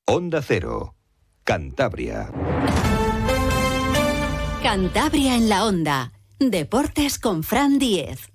Onda Cero, Cantabria. Cantabria en la Onda. Deportes con Fran Diez.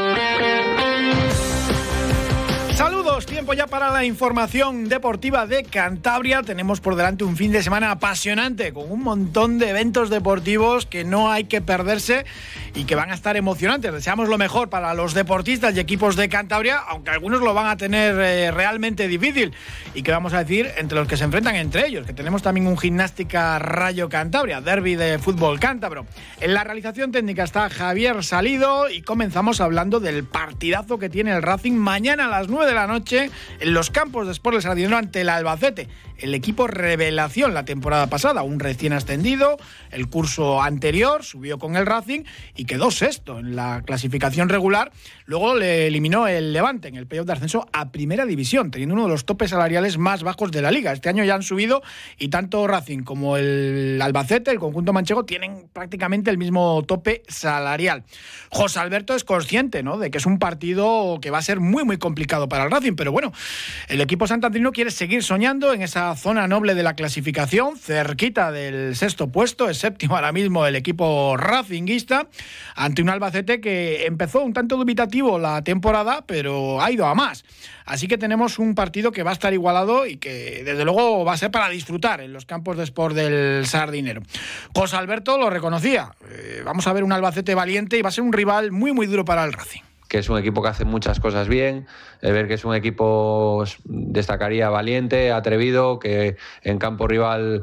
Saludos, tiempo ya para la información deportiva de Cantabria. Tenemos por delante un fin de semana apasionante con un montón de eventos deportivos que no hay que perderse y que van a estar emocionantes. Deseamos lo mejor para los deportistas y equipos de Cantabria, aunque algunos lo van a tener realmente difícil. Y que vamos a decir entre los que se enfrentan entre ellos, que tenemos también un Gimnástica Rayo Cantabria, derbi de fútbol cántabro. En la realización técnica está Javier Salido y comenzamos hablando del partidazo que tiene el Racing mañana a las 9 de la noche en los campos de Sport del Sardinero ante el Albacete, el equipo revelación la temporada pasada, un recién ascendido. El curso anterior subió con el Racing y quedó sexto en la clasificación regular. Luego le eliminó el Levante en el playoff de ascenso a Primera División, teniendo uno de los topes salariales más bajos de la liga. Este año ya han subido y tanto Racing como el Albacete, el conjunto manchego, tienen prácticamente el mismo tope salarial. José Alberto es consciente, ¿no?, de que es un partido que va a ser muy muy complicado para el Racing, pero bueno, el equipo santandrino quiere seguir soñando en esa zona noble de la clasificación, cerquita del sexto puesto, es séptimo ahora mismo el equipo racinguista, ante un Albacete que empezó un tanto dubitativo la temporada, pero ha ido a más. Así que tenemos un partido que va a estar igualado y que desde luego va a ser para disfrutar en los campos de Sport del Sardinero. José Alberto lo reconocía, vamos a ver un Albacete valiente y va a ser un rival muy muy duro para el Racing. Que es un equipo que hace muchas cosas bien, ver que es un equipo, destacaría, valiente, atrevido, que en campo rival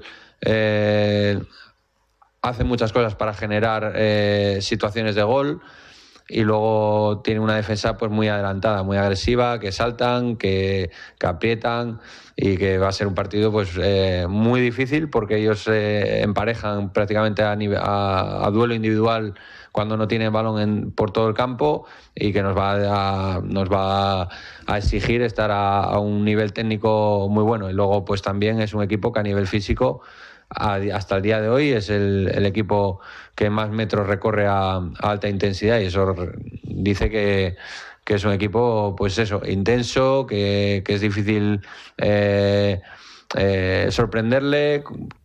hace muchas cosas para generar situaciones de gol, y luego tiene una defensa pues muy adelantada, muy agresiva, que saltan, que aprietan, y que va a ser un partido pues muy difícil porque ellos emparejan prácticamente a duelo individual cuando no tienen balón por todo el campo, y que nos va a exigir estar a un nivel técnico muy bueno. Y luego pues también es un equipo que a nivel físico hasta el día de hoy es el equipo que más metros recorre a alta intensidad, y eso dice que es un equipo pues eso, intenso, que es difícil sorprenderle.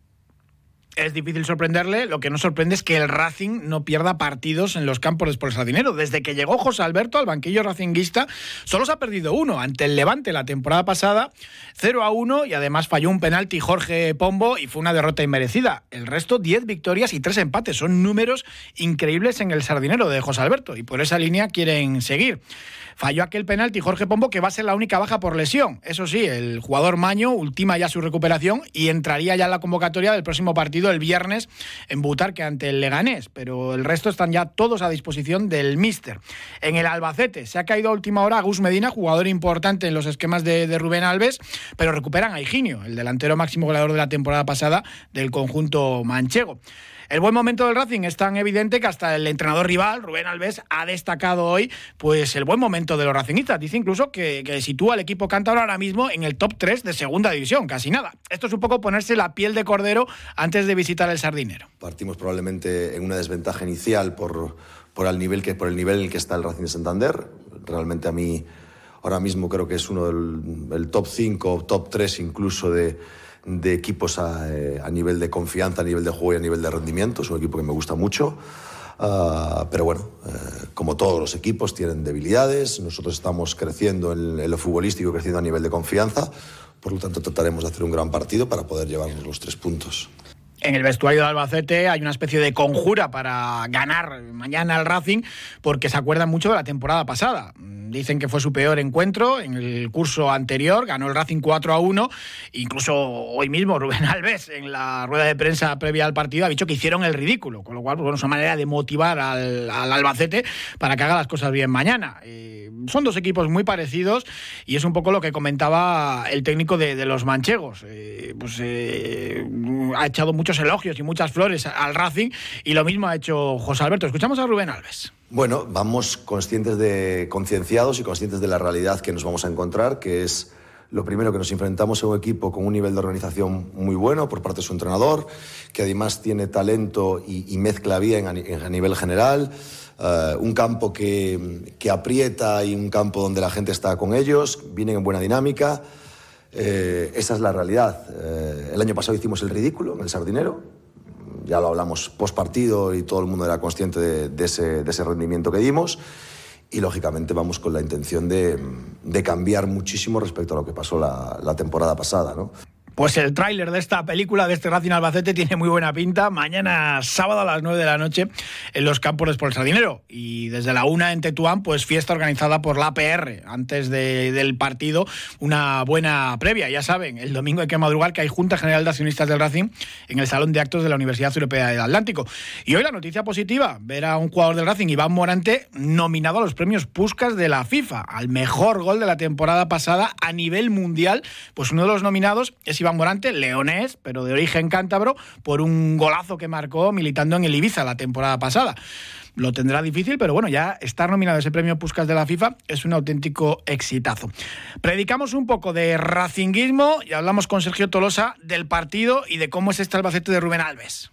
Es difícil sorprenderle, lo que no sorprende es que el Racing no pierda partidos en los campos de Sport Sardinero. Desde que llegó José Alberto al banquillo racinguista, solo se ha perdido uno, ante el Levante la temporada pasada, 0-1, y además falló un penalti Jorge Pombo y fue una derrota inmerecida. El resto, 10 victorias y 3 empates. Son números increíbles en el Sardinero de José Alberto, y por esa línea quieren seguir. Falló aquel penalti Jorge Pombo, que va a ser la única baja por lesión. Eso sí, el jugador Maño ultima ya su recuperación y entraría ya en la convocatoria del próximo partido el viernes en Butarque ante el Leganés, pero el resto están ya todos a disposición del míster. En el Albacete se ha caído a última hora Gus Medina, jugador importante en los esquemas de Rubén Alves, pero recuperan a Higinio, el delantero máximo goleador de la temporada pasada del conjunto manchego. El buen momento del Racing es tan evidente que hasta el entrenador rival, Rubén Alves, ha destacado hoy pues el buen momento de los racinguistas. Dice incluso que sitúa al equipo cántabro ahora mismo en el top 3 de segunda división, casi nada. Esto es un poco ponerse la piel de cordero antes de visitar el Sardinero. Partimos probablemente en una desventaja inicial por el nivel en el que está el Racing de Santander. Realmente a mí ahora mismo creo que es uno del top 5, top 3 incluso de equipos a nivel de confianza, a nivel de juego y a nivel de rendimiento. Es un equipo que me gusta mucho, pero bueno, como todos los equipos tienen debilidades. Nosotros estamos creciendo en lo futbolístico, creciendo a nivel de confianza, por lo tanto trataremos de hacer un gran partido para poder llevarnos los 3 puntos. En el vestuario de Albacete hay una especie de conjura para ganar mañana al Racing, porque se acuerdan mucho de la temporada pasada. Dicen que fue su peor encuentro. En el curso anterior ganó el Racing 4-1. Incluso hoy mismo Rubén Alves, en la rueda de prensa previa al partido, ha dicho que hicieron el ridículo. Con lo cual, pues bueno, es una manera de motivar al Albacete para que haga las cosas bien mañana. Son dos equipos muy parecidos y es un poco lo que comentaba el técnico de los manchegos. Ha echado muchos elogios y muchas flores al Racing, y lo mismo ha hecho José Alberto. Escuchamos a Rubén Alves. Bueno, vamos concienciados y conscientes de la realidad que nos vamos a encontrar, que es lo primero, que nos enfrentamos a un equipo con un nivel de organización muy bueno por parte de su entrenador, que además tiene talento y mezcla bien a nivel general, un campo que aprieta y un campo donde la gente está con ellos, vienen en buena dinámica. Esa es la realidad. El año pasado hicimos el ridículo en el Sardinero, ya lo hablamos post partido y todo el mundo era consciente de ese rendimiento que dimos, y lógicamente vamos con la intención de cambiar muchísimo respecto a lo que pasó la temporada pasada, ¿no? Pues el tráiler de esta película, de este Racing Albacete, tiene muy buena pinta. Mañana sábado a las 9 de la noche en los campos de Sport Sardinero. Y desde la 1 en Tetuán, pues fiesta organizada por la APR. Antes del partido, una buena previa. Ya saben, el domingo hay que madrugar, que hay Junta General de Accionistas del Racing en el Salón de Actos de la Universidad Europea del Atlántico. Y hoy la noticia positiva, ver a un jugador del Racing, Iván Morante, nominado a los premios Puskás de la FIFA, al mejor gol de la temporada pasada a nivel mundial. Pues uno de los nominados es Iván Morante, leonés, pero de origen cántabro, por un golazo que marcó militando en el Ibiza la temporada pasada. Lo tendrá difícil, pero bueno, ya estar nominado a ese premio Puskás de la FIFA es un auténtico exitazo. Predicamos un poco de racinguismo y hablamos con Sergio Tolosa del partido y de cómo es este Albacete de Rubén Alves.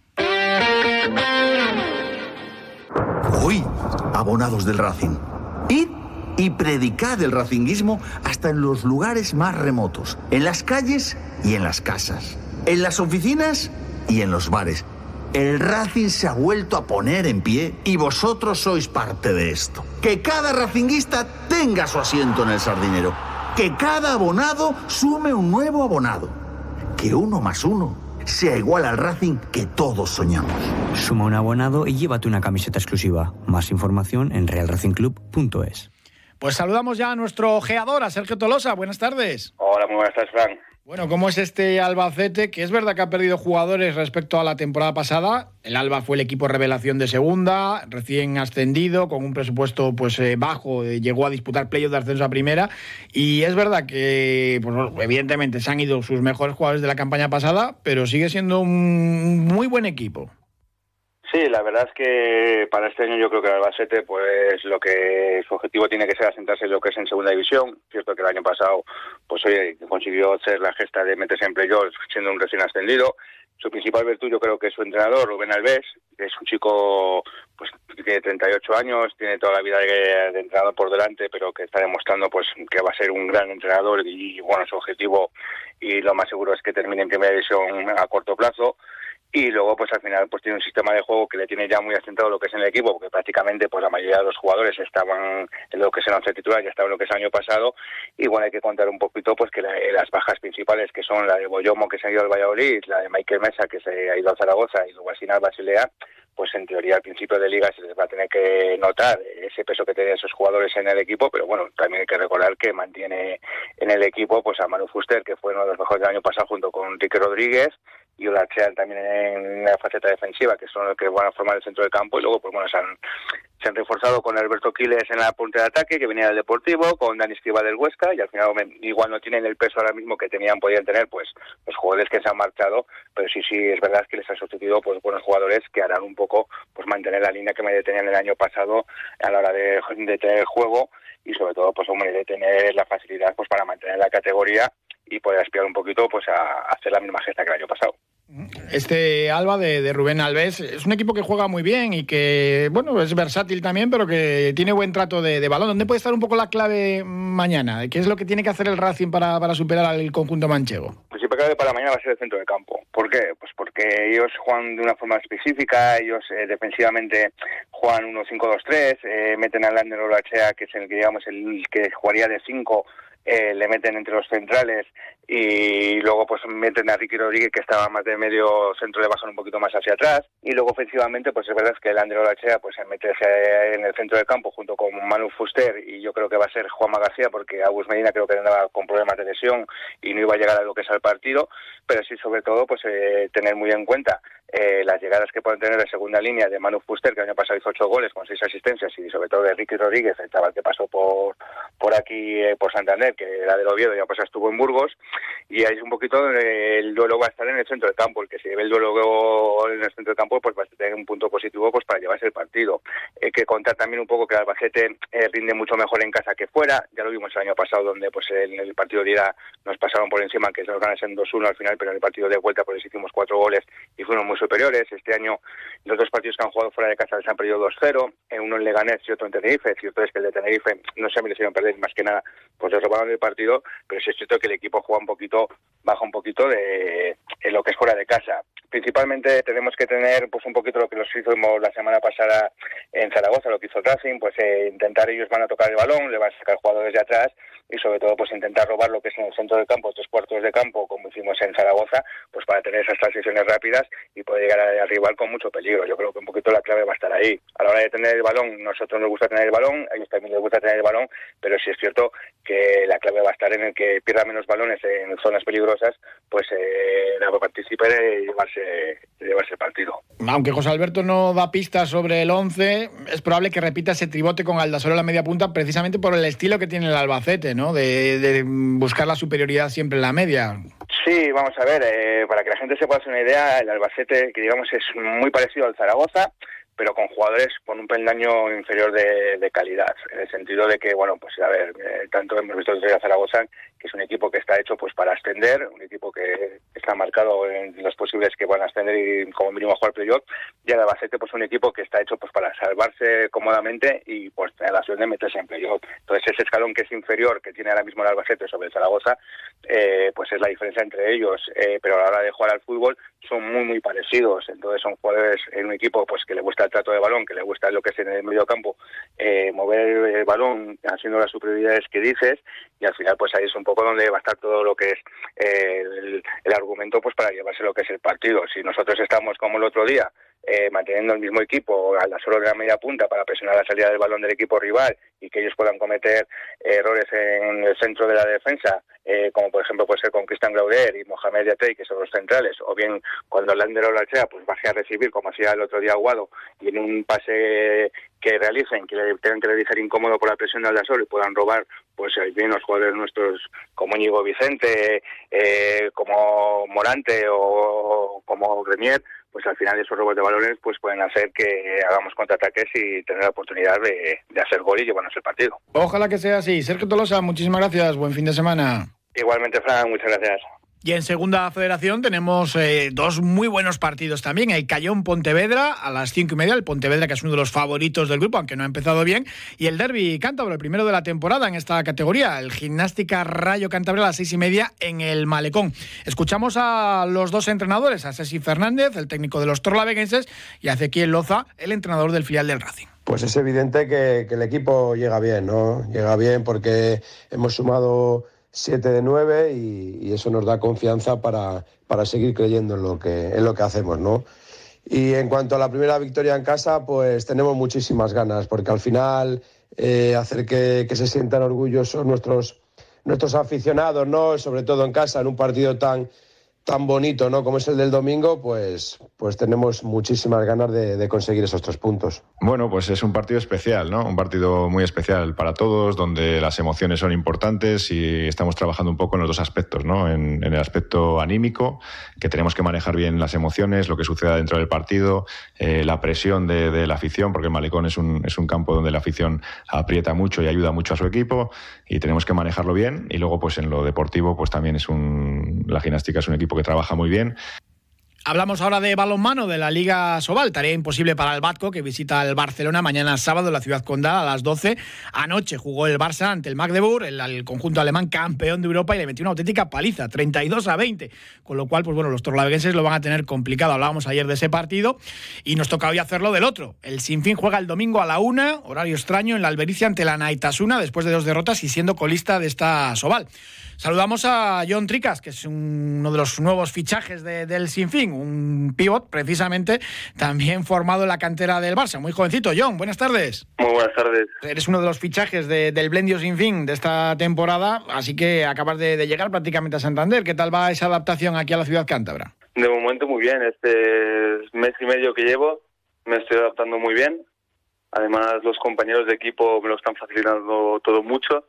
Hoy, abonados del Racing, id y predicad el racinguismo hasta en los lugares más remotos, en las calles y en las casas, en las oficinas y en los bares. El Racing se ha vuelto a poner en pie y vosotros sois parte de esto. Que cada racinguista tenga su asiento en el Sardinero. Que cada abonado sume un nuevo abonado. Que 1 más 1 sea igual al Racing que todos soñamos. Suma un abonado y llévate una camiseta exclusiva. Más información en realracingclub.es. Pues saludamos ya a nuestro ojeador, a Sergio Tolosa. Buenas tardes. Hola, muy buenas tardes, Fran. Bueno, ¿cómo es este Albacete? Que es verdad que ha perdido jugadores respecto a la temporada pasada. El Alba fue el equipo revelación de segunda, recién ascendido, con un presupuesto pues bajo, llegó a disputar playoffs de ascenso a primera. Y es verdad que, pues, evidentemente, se han ido sus mejores jugadores de la campaña pasada, pero sigue siendo un muy buen equipo. Sí, la verdad es que para este año yo creo que el Albacete, pues lo que su objetivo tiene que ser asentarse en lo que es en segunda división. Cierto que el año pasado, pues oye, consiguió hacer la gesta de meterse en playoffs siendo un recién ascendido. Su principal virtud yo creo que es su entrenador, Rubén Alves, que es un chico pues que tiene 38 años, tiene toda la vida de entrenador por delante, pero que está demostrando pues que va a ser un gran entrenador y bueno, su objetivo y lo más seguro es que termine en primera división a corto plazo. Y luego, pues al final, pues tiene un sistema de juego que le tiene ya muy asentado lo que es en el equipo, porque prácticamente pues la mayoría de los jugadores estaban en lo que es el once titular, ya estaban en lo que es el año pasado. Y bueno, hay que contar un poquito pues que las bajas principales, que son la de Boyomo, que se ha ido al Valladolid, la de Michael Mesa, que se ha ido a Zaragoza, y luego al final Basilea, pues en teoría al principio de liga se les va a tener que notar ese peso que tenían esos jugadores en el equipo, pero bueno, también hay que recordar que mantiene en el equipo pues a Manu Fuster, que fue uno de los mejores del año pasado junto con Enrique Rodríguez, y Olachean también en la faceta defensiva, que son los que van a formar el centro del campo, y luego pues bueno, se han reforzado con Alberto Quiles en la punta de ataque, que venía del Deportivo, con Dani Escribá del Huesca, y al final igual no tienen el peso ahora mismo que podían tener pues los jugadores que se han marchado, pero sí es verdad que les han sustituido pues buenos jugadores que harán un poco pues mantener la línea que me tenían el año pasado a la hora de tener el juego, y sobre todo pues hombre, de tener la facilidad pues para mantener la categoría y poder aspirar un poquito pues a hacer la misma gesta que el año pasado. Este Alba de Rubén Alves es un equipo que juega muy bien y que, bueno, es versátil también, pero que tiene buen trato de balón. ¿Dónde puede estar un poco la clave mañana? ¿Qué es lo que tiene que hacer el Racing para superar al conjunto manchego? La principal clave para mañana va a ser el centro del campo. ¿Por qué? Pues porque ellos juegan de una forma específica, ellos defensivamente juegan 1-5-2-3, meten a Lander Olachea, que es el que digamos el que jugaría de 5, le meten entre los centrales, y luego pues meten a Ricky Rodríguez, que estaba más de medio centro, le bajan un poquito más hacia atrás, y luego ofensivamente pues es verdad que el Ander Olachea pues se mete en el centro del campo junto con Manu Fuster, y yo creo que va a ser Juanma García, porque Agus Medina creo que andaba con problemas de lesión y no iba a llegar a lo que es el partido, pero sí sobre todo pues tener muy en cuenta las llegadas que pueden tener de segunda línea de Manu Fuster, que el año pasado hizo 8 goles con 6 asistencias, y sobre todo de Ricky Rodríguez, el chaval que pasó por aquí, por Santander, que era del Oviedo, ya pues estuvo en Burgos, y ahí es un poquito el duelo va a estar en el centro del campo, el que se lleve el duelo en el centro del campo pues va a tener un punto positivo pues para llevarse el partido. Hay que contar también un poco que el Albacete rinde mucho mejor en casa que fuera, ya lo vimos el año pasado, donde pues en el partido de ida nos pasaron por encima, que nos ganan en 2-1 al final, pero en el partido de vuelta pues hicimos 4 goles y fuimos muy superiores. Este año los 2 partidos que han jugado fuera de casa les han perdido 2-0, uno en Leganés y otro en Tenerife. Es cierto es que el de Tenerife no se merecieron perder, más que nada pues les robaron el partido, pero sí es cierto que el equipo juega baja un poquito de lo que es fuera de casa. Principalmente tenemos que tener pues un poquito lo que nos hicimos la semana pasada en Zaragoza, lo que hizo Racing, pues intentar, ellos van a tocar el balón, le van a sacar jugadores de atrás y sobre todo pues intentar robar lo que es en el centro del campo, 3 cuartos de campo, como hicimos en Zaragoza, pues para tener esas transiciones rápidas y poder llegar al rival con mucho peligro. Yo creo que un poquito la clave va a estar ahí. A la hora de tener el balón, nosotros nos gusta tener el balón, a ellos también les gusta tener el balón, pero sí es cierto que la clave va a estar en el que pierda menos balones en zonas peligrosas, pues la participe de llevarse el partido. Aunque José Alberto no da pistas sobre el 11, es probable que repita ese tribote con Aldasoro en la media punta, precisamente por el estilo que tiene el Albacete, ¿no? De buscar la superioridad siempre en la media. Sí, vamos a ver, para que la gente se pueda hacer una idea, el Albacete, que digamos es muy parecido al Zaragoza, pero con jugadores con un peldaño inferior de calidad, en el sentido de que, bueno, pues a ver, tanto hemos visto desde Zaragoza, que es un equipo que está hecho pues para ascender, un equipo que está marcado en los posibles que van a ascender y como mínimo a jugar playoff, y el Albacete pues un equipo que está hecho pues para salvarse cómodamente y pues tener la opción de meterse en playoff. Entonces ese escalón que es inferior, que tiene ahora mismo el Albacete sobre el Zaragoza, pues es la diferencia entre ellos, pero a la hora de jugar al fútbol son muy parecidos. Entonces son jugadores en un equipo pues que le gusta el trato de balón, que le gusta lo que es en el medio campo, mover el balón haciendo las superioridades que dices, y al final pues ahí es un poco donde va a estar todo lo que es el argumento pues para llevarse lo que es el partido. Si nosotros estamos como el otro día manteniendo el mismo equipo a la solo de la media punta para presionar la salida del balón del equipo rival y que ellos puedan cometer errores en el centro de la defensa, como por ejemplo puede ser con Cristian Glauder y Mohamed Yatey, que son los centrales, o bien cuando Lander o Lachea pues baje a recibir, como hacía el otro día Aguado, y en un pase que realicen, que le tengan que realizar incómodo por la presión de Aldasoro y puedan robar, pues bien los jugadores nuestros como Íñigo Vicente, como Morante o como Grenier, pues al final esos robos de balones pues pueden hacer que hagamos contraataques y tener la oportunidad de hacer gol y llevarnos el partido. Ojalá que sea así. Sergio Tolosa, muchísimas gracias. Buen fin de semana. Igualmente, Fran, muchas gracias. Y en Segunda Federación tenemos 2 muy buenos partidos también. El Cayón-Pontevedra a las 5:30. El Pontevedra, que es uno de los favoritos del grupo, aunque no ha empezado bien. Y el Derbi Cántabro, el primero de la temporada en esta categoría. El Gimnástica Rayo Cantabria a las 6:30 en el Malecón. Escuchamos a los 2 entrenadores, a Ceci Fernández, el técnico de los torlaveguenses, y a Ezequiel Loza, el entrenador del filial del Racing. Pues es evidente que el equipo llega bien, ¿no? Llega bien porque hemos sumado 7 de 9 y eso nos da confianza para seguir creyendo en lo que hacemos, ¿no? Y en cuanto a la primera victoria en casa, pues tenemos muchísimas ganas, porque al final hacer que se sientan orgullosos nuestros aficionados, ¿no? Sobre todo en casa, en un partido tan bonito, ¿no? Como es el del domingo, pues tenemos muchísimas ganas de conseguir esos 3 puntos. Bueno, pues es un partido especial, ¿no? Un partido muy especial para todos, donde las emociones son importantes y estamos trabajando un poco en los 2 aspectos, ¿no? En el aspecto anímico, que tenemos que manejar bien las emociones, lo que suceda dentro del partido, la presión de la afición, porque el Malecón es un campo donde la afición aprieta mucho y ayuda mucho a su equipo y tenemos que manejarlo bien. Y luego, pues en lo deportivo, pues también la gimnástica es un equipo que trabaja muy bien. Hablamos ahora de balonmano de la Liga Sobal, tarea imposible para el Batco, que visita el Barcelona mañana sábado en la Ciudad Condal a las 12. Anoche jugó el Barça ante el Magdeburg, el conjunto alemán campeón de Europa, y le metió una auténtica paliza, 32-20, con lo cual, pues bueno, los torlaveguenses lo van a tener complicado. Hablábamos ayer de ese partido y nos toca hoy hacerlo del otro. El Sinfín juega el domingo a la 1, horario extraño, en la Albericia ante la Naitasuna, después de 2 derrotas y siendo colista de esta Sobal. Saludamos a Jon Tricas, que es uno de los nuevos fichajes del Sinfín, un pívot precisamente también formado en la cantera del Barça. Muy jovencito. Jon, buenas tardes. Muy buenas tardes. Eres uno de los fichajes del Blendio Sinfín de esta temporada, así que acabas de llegar prácticamente a Santander. ¿Qué tal va esa adaptación aquí a la ciudad cántabra? De momento muy bien. Este mes y medio que llevo me estoy adaptando muy bien. Además, los compañeros de equipo me lo están facilitando todo mucho.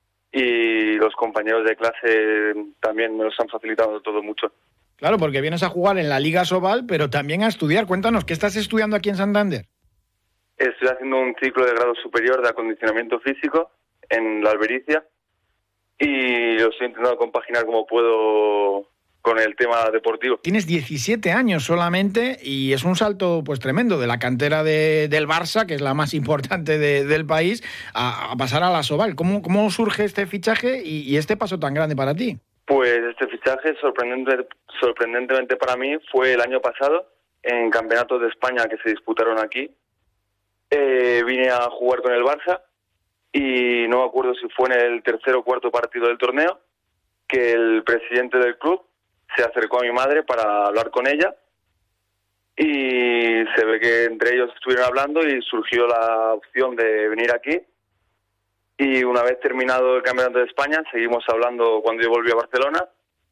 Y los compañeros de clase también me lo están facilitando todo mucho. Claro, porque vienes a jugar en la Liga Sobal, pero también a estudiar. Cuéntanos, ¿qué estás estudiando aquí en Santander? Estoy haciendo un ciclo de grado superior de acondicionamiento físico en la Albericia y lo estoy intentando compaginar como puedo con el tema deportivo. Tienes 17 años solamente y es un salto pues tremendo de la cantera del Barça, que es la más importante del país, a pasar a la Asobal. ¿Cómo surge este fichaje y este paso tan grande para ti? Pues este fichaje, sorprendentemente para mí, fue el año pasado en campeonatos de España que se disputaron aquí. Vine a jugar con el Barça y no me acuerdo si fue en el tercer o cuarto partido del torneo que el presidente del club se acercó a mi madre para hablar con ella y se ve que entre ellos estuvieron hablando y surgió la opción de venir aquí. Y una vez terminado el Campeonato de España, seguimos hablando cuando yo volví a Barcelona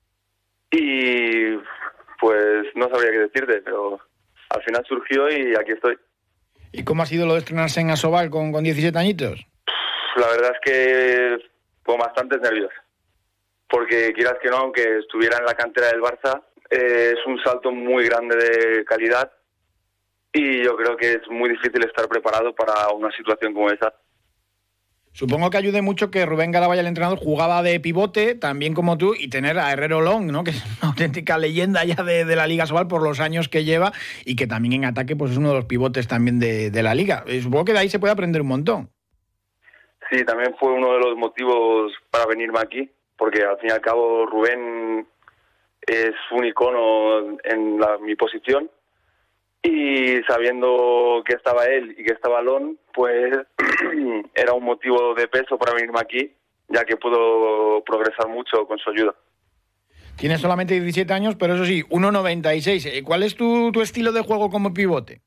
y pues no sabría qué decirte, pero al final surgió y aquí estoy. ¿Y cómo ha sido lo de estrenarse en Asobal con 17 añitos? La verdad es que con bastantes nervios, porque quieras que no, aunque estuviera en la cantera del Barça, es un salto muy grande de calidad y yo creo que es muy difícil estar preparado para una situación como esa. Supongo que ayude mucho que Rubén Garabaya, el entrenador, jugaba de pivote, también como tú, y tener a Herrero Long, ¿no? Que es una auténtica leyenda ya de la Liga Asobal por los años que lleva y que también en ataque pues es uno de los pivotes también de la Liga. Supongo que de ahí se puede aprender un montón. Sí, también fue uno de los motivos para venirme aquí, porque al fin y al cabo Rubén es un icono en mi posición. Y sabiendo que estaba él y que estaba Lon, pues era un motivo de peso para venirme aquí, ya que puedo progresar mucho con su ayuda. Tienes solamente 17 años, pero eso sí, 1,96. ¿Cuál es tu estilo de juego como pivote?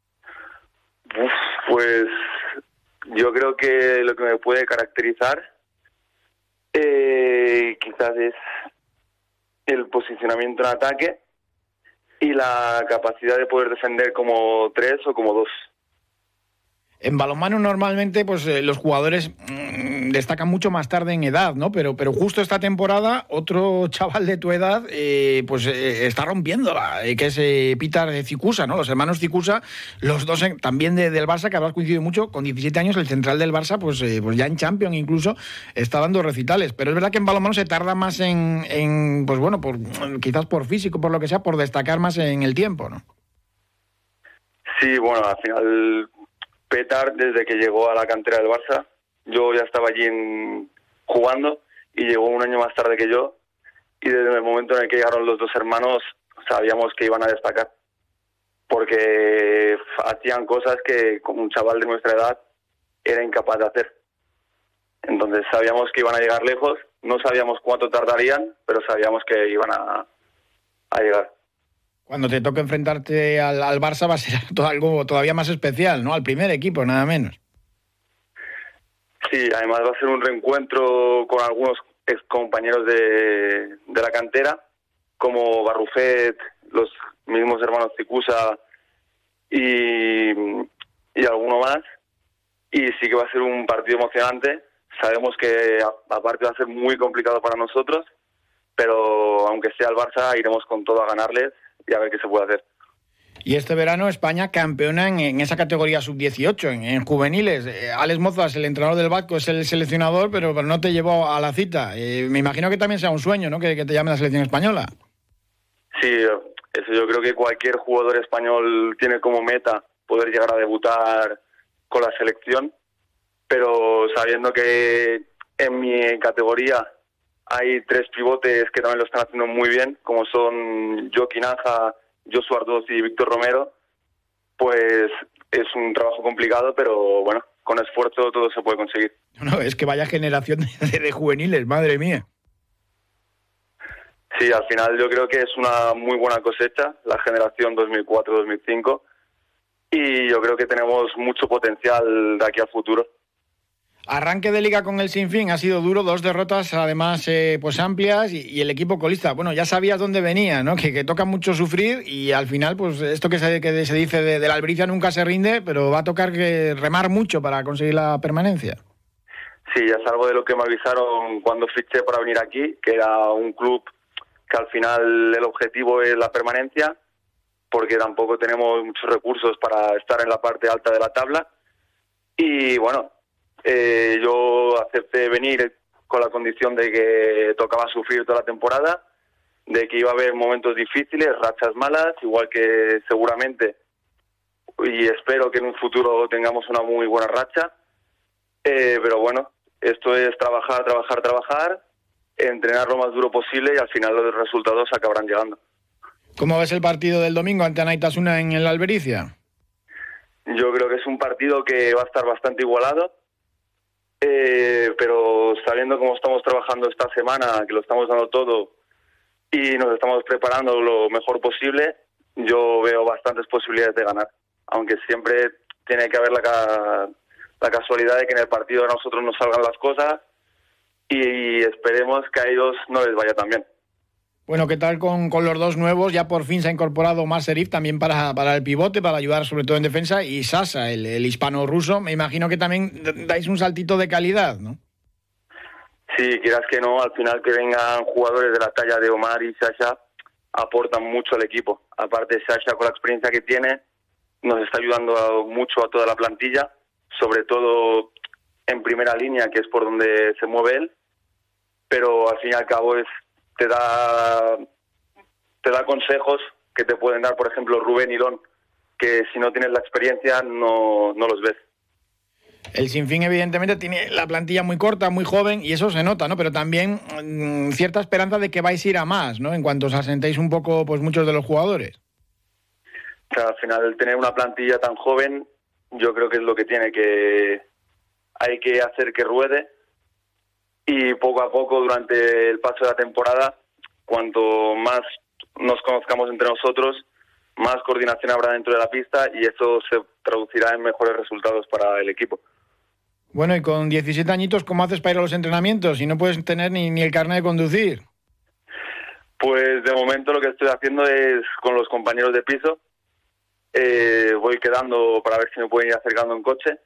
Pues yo creo que lo que me puede caracterizar quizás es el posicionamiento en ataque y la capacidad de poder defender como 3 o como 2. En balonmano normalmente pues los jugadores destacan mucho más tarde en edad, ¿no? Pero justo esta temporada otro chaval de tu edad está rompiéndola, que es Petar Cicusa, ¿no? Los hermanos Cicusa, los dos también del Barça, que habrás coincidido mucho, con 17 años el central del Barça, pues ya en Champions incluso está dando recitales. Pero es verdad que en balonmano se tarda más en pues bueno, quizás por físico, por lo que sea, por destacar más en el tiempo, ¿no? Sí, bueno, al final Petar, desde que llegó a la cantera del Barça, yo ya estaba allí jugando y llegó un año más tarde que yo y desde el momento en el que llegaron los dos hermanos sabíamos que iban a destacar porque hacían cosas que como un chaval de nuestra edad era incapaz de hacer. Entonces sabíamos que iban a llegar lejos, no sabíamos cuánto tardarían, pero sabíamos que iban a llegar. Cuando te toque enfrentarte al Barça va a ser algo todavía más especial, ¿no? Al primer equipo, nada menos. Sí, además va a ser un reencuentro con algunos excompañeros de la cantera, como Barrufet, los mismos hermanos Cicusa y alguno más. Y sí que va a ser un partido emocionante. Sabemos que aparte va a ser muy complicado para nosotros, pero aunque sea el Barça, iremos con todo a ganarles y a ver qué se puede hacer. Y este verano España campeona en esa categoría sub-18, en juveniles. Alex Mozas, el entrenador del Vasco, es el seleccionador, pero no te llevó a la cita. Me imagino que también sea un sueño, ¿no? Que te llame la selección española. Sí, eso yo creo que cualquier jugador español tiene como meta poder llegar a debutar con la selección, pero sabiendo que en mi categoría hay 3 pivotes que también lo están haciendo muy bien, como son Joaquín Aja, Joshua Ardoz y Víctor Romero, pues es un trabajo complicado, pero bueno, con esfuerzo todo se puede conseguir. No, es que vaya generación de juveniles, madre mía. Sí, al final yo creo que es una muy buena cosecha, la generación 2004-2005, y yo creo que tenemos mucho potencial de aquí al futuro. Arranque de liga con el Sinfín ha sido duro, 2 derrotas además pues amplias y el equipo colista. Bueno, ya sabías dónde venía, ¿no? Que toca mucho sufrir y al final pues esto que se dice de la Albricia nunca se rinde, pero va a tocar remar mucho para conseguir la permanencia. Sí, ya es algo de lo que me avisaron cuando fiché para venir aquí, que era un club que al final el objetivo es la permanencia, porque tampoco tenemos muchos recursos para estar en la parte alta de la tabla. Y bueno, yo acepté venir con la condición de que tocaba sufrir toda la temporada de que iba a haber momentos difíciles, rachas malas, igual que seguramente, y espero que en un futuro tengamos una muy buena racha, pero bueno, esto es trabajar, entrenar lo más duro posible y al final los resultados acabarán llegando. ¿Cómo ves el partido del domingo ante Anaitasuna en el Albericia? Yo creo que es un partido que va a estar bastante igualado, pero sabiendo cómo estamos trabajando esta semana, que lo estamos dando todo y nos estamos preparando lo mejor posible, yo veo bastantes posibilidades de ganar, aunque siempre tiene que haber la casualidad de que en el partido a nosotros nos salgan las cosas y esperemos que a ellos no les vaya tan bien. Bueno, ¿qué tal con los dos nuevos? Ya por fin se ha incorporado Omar Serif también para el pivote, para ayudar sobre todo en defensa, y Sasa, el hispano-ruso. Me imagino que también dais un saltito de calidad, ¿no? Sí, quieras que no, al final que vengan jugadores de la talla de Omar y Sasha aportan mucho al equipo. Aparte, Sasha, con la experiencia que tiene, nos está ayudando mucho a toda la plantilla, sobre todo en primera línea, que es por donde se mueve él, pero al fin y al cabo te da consejos que te pueden dar, por ejemplo, Rubén y Lon, que si no tienes la experiencia no los ves. El Sinfín, evidentemente, tiene la plantilla muy corta, muy joven, y eso se nota, ¿no? Pero también cierta esperanza de que vais a ir a más, ¿no? En cuanto os asentéis un poco, pues muchos de los jugadores. Claro, al final, el tener una plantilla tan joven, yo creo que es lo que tiene, que hay que hacer que ruede, y poco a poco, durante el paso de la temporada, cuanto más nos conozcamos entre nosotros, más coordinación habrá dentro de la pista, y eso se traducirá en mejores resultados para el equipo. Bueno, y con 17 añitos, ¿cómo haces para ir a los entrenamientos si no puedes tener ni el carnet de conducir? Pues de momento lo que estoy haciendo es con los compañeros de piso. Voy quedando para ver si me pueden ir acercando en coche.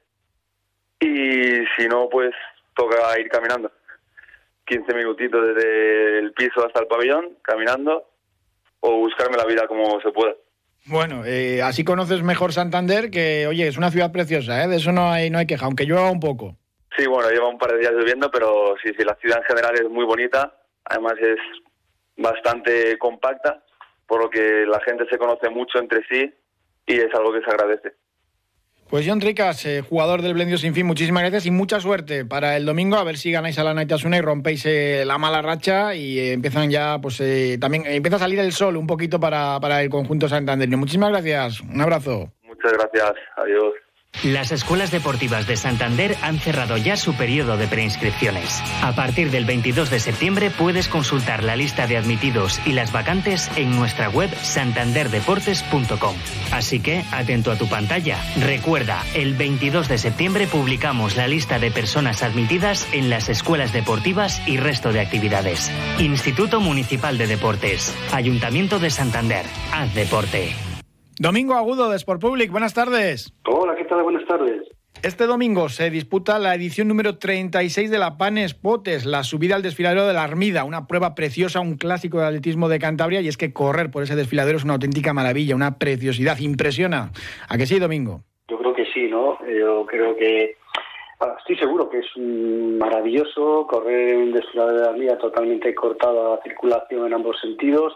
Y si no, pues toca ir caminando. 15 minutitos desde el piso hasta el pabellón, caminando, o buscarme la vida como se pueda. Bueno, así conoces mejor Santander, que, oye, es una ciudad preciosa, ¿eh? De eso no hay queja, aunque llueva un poco. Sí, bueno, lleva un par de días lloviendo, pero sí, la ciudad en general es muy bonita. Además es bastante compacta, por lo que la gente se conoce mucho entre sí y es algo que se agradece. Pues Jon Tricas, jugador del Blendio Sinfín, muchísimas gracias y mucha suerte para el domingo, a ver si ganáis a la Anaitasuna y rompéis la mala racha y empiezan ya, pues también empieza a salir el sol un poquito para el conjunto santandereño. Muchísimas gracias, un abrazo. Muchas gracias, adiós. Las escuelas deportivas de Santander han cerrado ya su periodo de preinscripciones. A partir del 22 de septiembre puedes consultar la lista de admitidos y las vacantes en nuestra web santanderdeportes.com. Así que, atento a tu pantalla. Recuerda, el 22 de septiembre publicamos la lista de personas admitidas en las escuelas deportivas y resto de actividades. Instituto Municipal de Deportes. Ayuntamiento de Santander. Haz deporte. Domingo Agudo de Sport Public, buenas tardes. Hola, ¿qué tal? Buenas tardes. Este domingo se disputa la edición número 36 de la Panes Potes, la subida al desfiladero de la Armida, una prueba preciosa, un clásico de atletismo de Cantabria, y es que correr por ese desfiladero es una auténtica maravilla, una preciosidad, impresiona. ¿A que sí, Domingo? Yo creo que sí, ¿no? Yo creo que... Estoy seguro que es maravilloso correr un desfiladero de la Armida totalmente cortado a la circulación en ambos sentidos,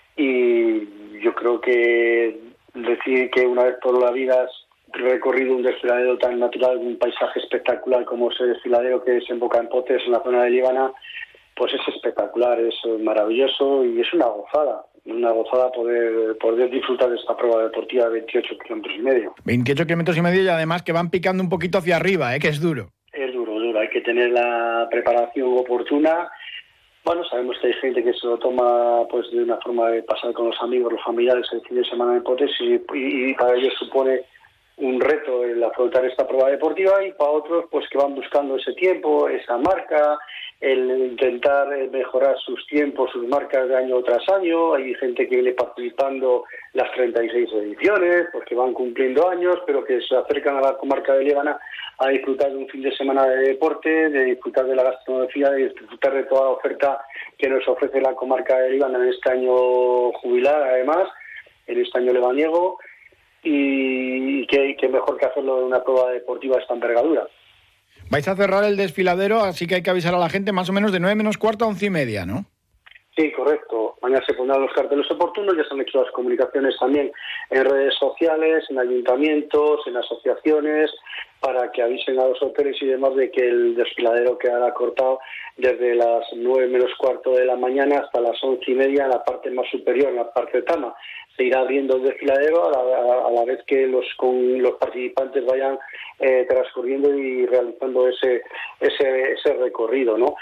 y yo creo que decir que una vez por la vida has recorrido un desfiladero tan natural, un paisaje espectacular como ese desfiladero que desemboca en Potes, en la zona de Líbana, pues es espectacular, es maravilloso y es una gozada poder disfrutar de esta prueba deportiva de 28 kilómetros y medio. 28 kilómetros y medio y además que van picando un poquito hacia arriba, que es duro. Es duro, hay que tener la preparación oportuna. Bueno, sabemos que hay gente que se lo toma pues de una forma de pasar con los amigos, los familiares el fin de semana en Potes y para ellos supone un reto el afrontar esta prueba deportiva, y para otros pues que van buscando ese tiempo, esa marca, el intentar mejorar sus tiempos, sus marcas de año tras año. Hay gente que viene participando las 36 ediciones, pues que van cumpliendo años, pero que se acercan a la comarca de Líbana a disfrutar de un fin de semana de deporte, de disfrutar de la gastronomía, de disfrutar de toda la oferta que nos ofrece la comarca de Líbana en este año jubilar, además, en este año lebaniego, y que mejor que hacerlo en una prueba deportiva de esta envergadura. Vais a cerrar el desfiladero, así que hay que avisar a la gente más o menos de 9 menos cuarto a 11:30, ¿no? Sí, correcto. Mañana se pondrán los carteles oportunos, ya se han hecho las comunicaciones también en redes sociales, en ayuntamientos, en asociaciones, para que avisen a los hoteles y demás de que el desfiladero quedará cortado desde las 9 menos cuarto de la mañana hasta las 11:30 en la parte más superior, en la parte de Tama. Se irá abriendo el desfiladero a la vez que los participantes vayan transcurriendo y realizando ese recorrido, ¿no?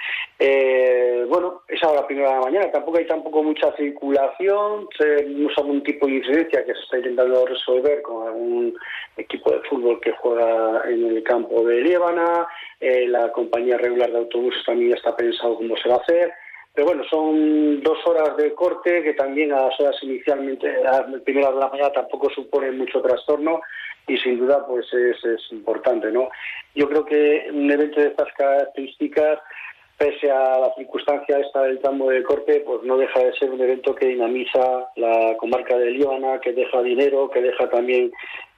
Bueno, es a la primera de la mañana, tampoco hay mucha circulación, no es algún tipo de incidencia que se está intentando resolver con algún equipo de fútbol que juega en el campo de Liébana, la compañía regular de autobuses también ya está pensado cómo se va a hacer. Pero bueno, son 2 horas de corte que también a las horas inicialmente, a las primeras de la mañana, tampoco suponen mucho trastorno y sin duda pues es importante, ¿no? Yo creo que un evento de estas características, pese a la circunstancia esta del tramo de corte, pues no deja de ser un evento que dinamiza la comarca de Liébana, que deja dinero, que deja también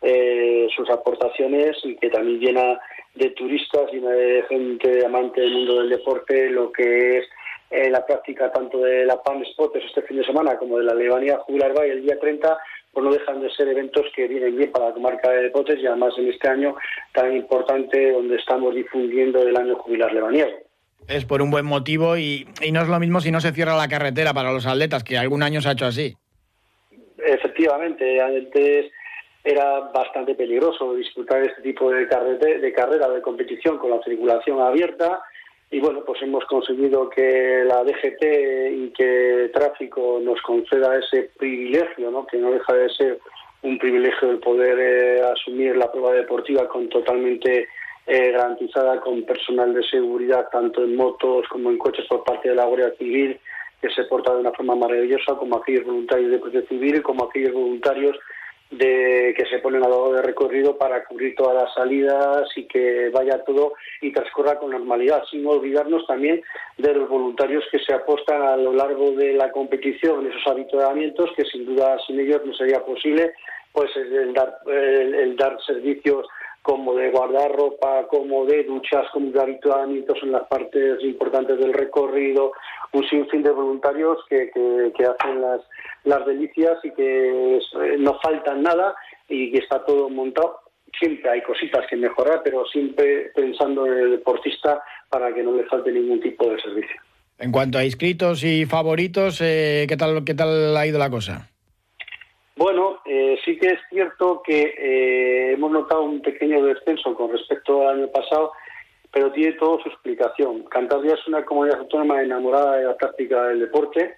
sus aportaciones y que también llena de turistas y de gente amante del mundo del deporte lo que es la práctica tanto de la Pan Spotters este fin de semana como de la Lebanía Jubilar Bay el día 30, pues no dejan de ser eventos que vienen bien para la comarca de Deportes y además en este año tan importante donde estamos difundiendo el año jubilar lebaniego. Es por un buen motivo y no es lo mismo si no se cierra la carretera para los atletas, que algún año se ha hecho así. Efectivamente, antes era bastante peligroso disputar este tipo de carrera, de competición con la circulación abierta. Y bueno, pues hemos conseguido que la DGT y que Tráfico nos conceda ese privilegio, ¿no? Que no deja de ser un privilegio el poder asumir la prueba deportiva totalmente garantizada con personal de seguridad, tanto en motos como en coches por parte de la Guardia Civil, que se porta de una forma maravillosa, como aquellos voluntarios de Protección Civil, como aquellos voluntarios que se ponen a lo largo de recorrido para cubrir todas las salidas y que vaya todo y transcurra con normalidad, sin olvidarnos también de los voluntarios que se apostan a lo largo de la competición en esos avituallamientos, que sin duda sin ellos no sería posible pues el dar servicios como de guardarropa, como de duchas, como de avituallamientos en las partes importantes del recorrido, un sinfín de voluntarios que hacen las delicias y que no faltan nada y que está todo montado. Siempre hay cositas que mejorar, pero siempre pensando en el deportista para que no le falte ningún tipo de servicio. En cuanto a inscritos y favoritos, ¿qué tal ha ido la cosa? Bueno, sí que es cierto que hemos notado un pequeño descenso con respecto al año pasado, pero tiene toda su explicación. Cantabria es una comunidad autónoma enamorada de la práctica del deporte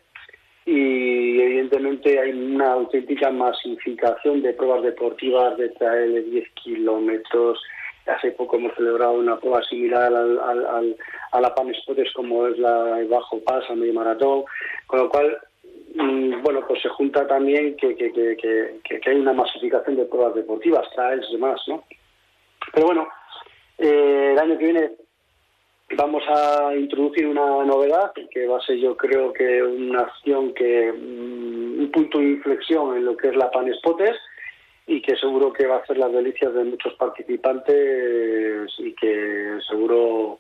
y evidentemente hay una auténtica masificación de pruebas deportivas de trail de 10 kilómetros. Hace poco hemos celebrado una prueba similar a la Pan Spotters como es la Bajo Pas, a medio maratón, con lo cual bueno, pues se junta también que hay una masificación de pruebas deportivas, trails y demás, ¿no? Pero bueno, el año que viene vamos a introducir una novedad que va a ser, yo creo que una acción un punto de inflexión en lo que es la Pan Spotters y que seguro que va a hacer las delicias de muchos participantes y que seguro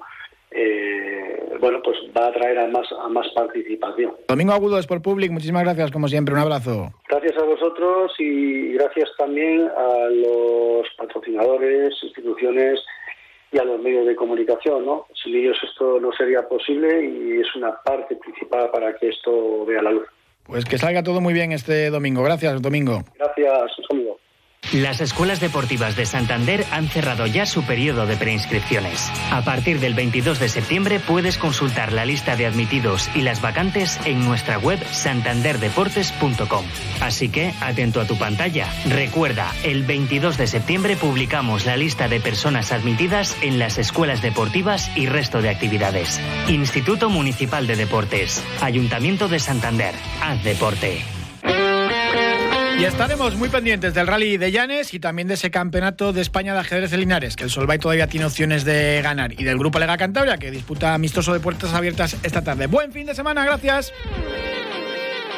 bueno, pues va a atraer a más participación. Domingo Agudo de Sport Public, muchísimas gracias como siempre, un abrazo. Gracias a vosotros y gracias también a los patrocinadores, instituciones y a los medios de comunicación, ¿no? Sin ellos esto no sería posible y es una parte principal para que esto vea la luz. Pues que salga todo muy bien este domingo. Gracias, Domingo. Gracias, amigo. Las escuelas deportivas de Santander han cerrado ya su periodo de preinscripciones. A partir del 22 de septiembre puedes consultar la lista de admitidos y las vacantes en nuestra web santanderdeportes.com. Así que, atento a tu pantalla. Recuerda, el 22 de septiembre publicamos la lista de personas admitidas en las escuelas deportivas y resto de actividades. Instituto Municipal de Deportes. Ayuntamiento de Santander. Haz deporte. Y estaremos muy pendientes del Rally de Llanes y también de ese campeonato de España de ajedrez de Linares, que el Solvay todavía tiene opciones de ganar, y del Grupo Lega Cantabria, que disputa amistoso de puertas abiertas esta tarde. Buen fin de semana, gracias.